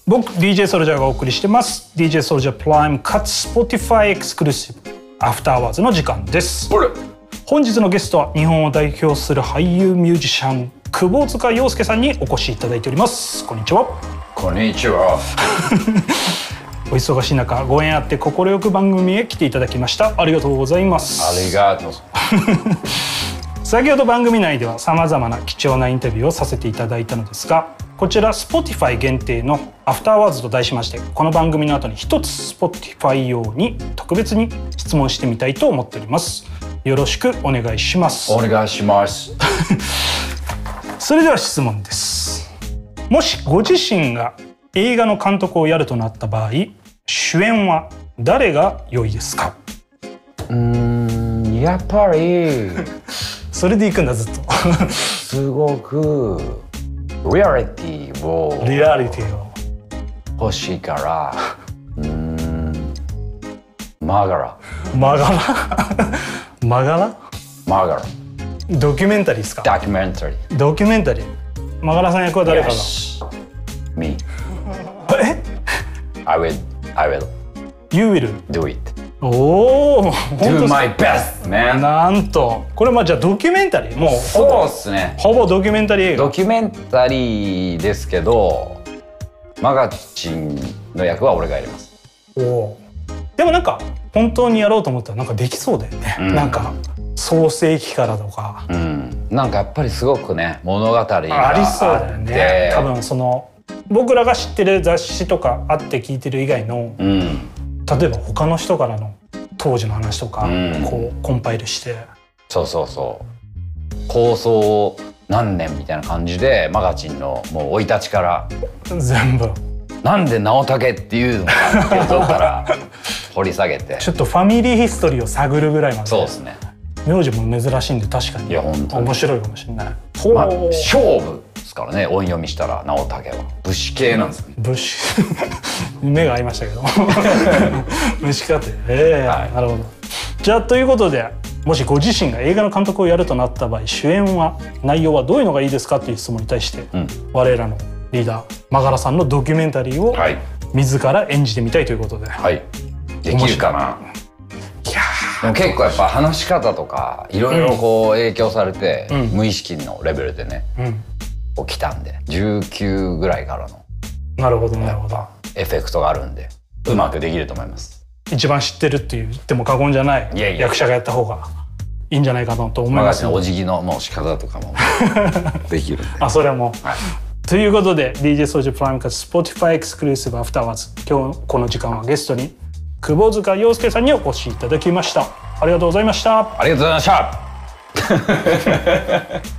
僕 DJ ソルジャーがお送りしてます。 DJ ソルジャープライムかつ Spotify エクスクルーシブアフターアワーズの時間です。本日のゲストは日本を代表する俳優ミュージシャン窪塚洋介さんにお越しいただいております。こんにちは。 こんにちは。 お忙しい中ご縁あって快く番組へ来ていただきました。ありがとうございます。 ありがとう。 先ほど番組内ではさまざまな貴重なインタビューをさせていただいたのですが、こちら Spotify 限定のアフターアワーズと題しまして、この番組の後に一つ Spotify 用に特別に質問してみたいと思っております。よろしくお願いします。 お願いします。 それでは質問です。もしご自身が映画の監督をやるとなった場合、主演は誰が良いですか？ やっぱりそれで行くんだずっと。 すごくリアリティを欲しいからマガラドキュメンタリーですか？ ドキュメンタリー。 マガラさん役は誰かが？ Me. え？ I will You will do it. おお、 Do my best, man. なんとこれじゃあドキュメンタリー、もうそうですね。 ほぼドキュメンタリー映画。 ドキュメンタリーですけど、マガチンの役は俺がやります。 おお。でもなんか本当にやろうと思ったらなんかできそうだよね。なんか創世記からとか。 なんかやっぱりすごくね物語がありそうだよね。多分その僕らが知ってる雑誌とかあって聞いてる以外の。例えば他の人からの当時の話とかこうコンパイルして、そう構想何年みたいな感じでマガチンのもう生い立ちから全部なんで直武っていうのかっていうとこから掘り下げてちょっとファミリーヒストリーを探るぐらいまで。 そうですね。 名字も珍しいんで確かに面白いかもしれない。 勝負ですからね。音読みしたら直武は武士系なんですね。 武士目が合いましたけど武士家庭。なるほど。じゃあということで、もしご自身が映画の監督をやるとなった場合、主演は内容はどういうのがいいですかという質問に対して、我らのリーダーマガラさんのドキュメンタリーを自ら演じてみたいということで、 できるかな。でも結構やっぱ話し方とかいろいろこう影響されて、無意識のレベルでね、起きたんで19ぐらいからのなるほどエフェクトがあるんでうまくできると思います。 一番知ってるって言っても過言じゃない役者がやった方がいいんじゃないかなと思います。 お辞儀のもう仕方とかもできるんでそれも、ということで DJ ソルジャープライムかつ Spotify エクスクルーシブアフターワーズ、今日この時間はゲストに窪塚洋介さんにお越しいただきました。ありがとうございました。 ありがとうございました。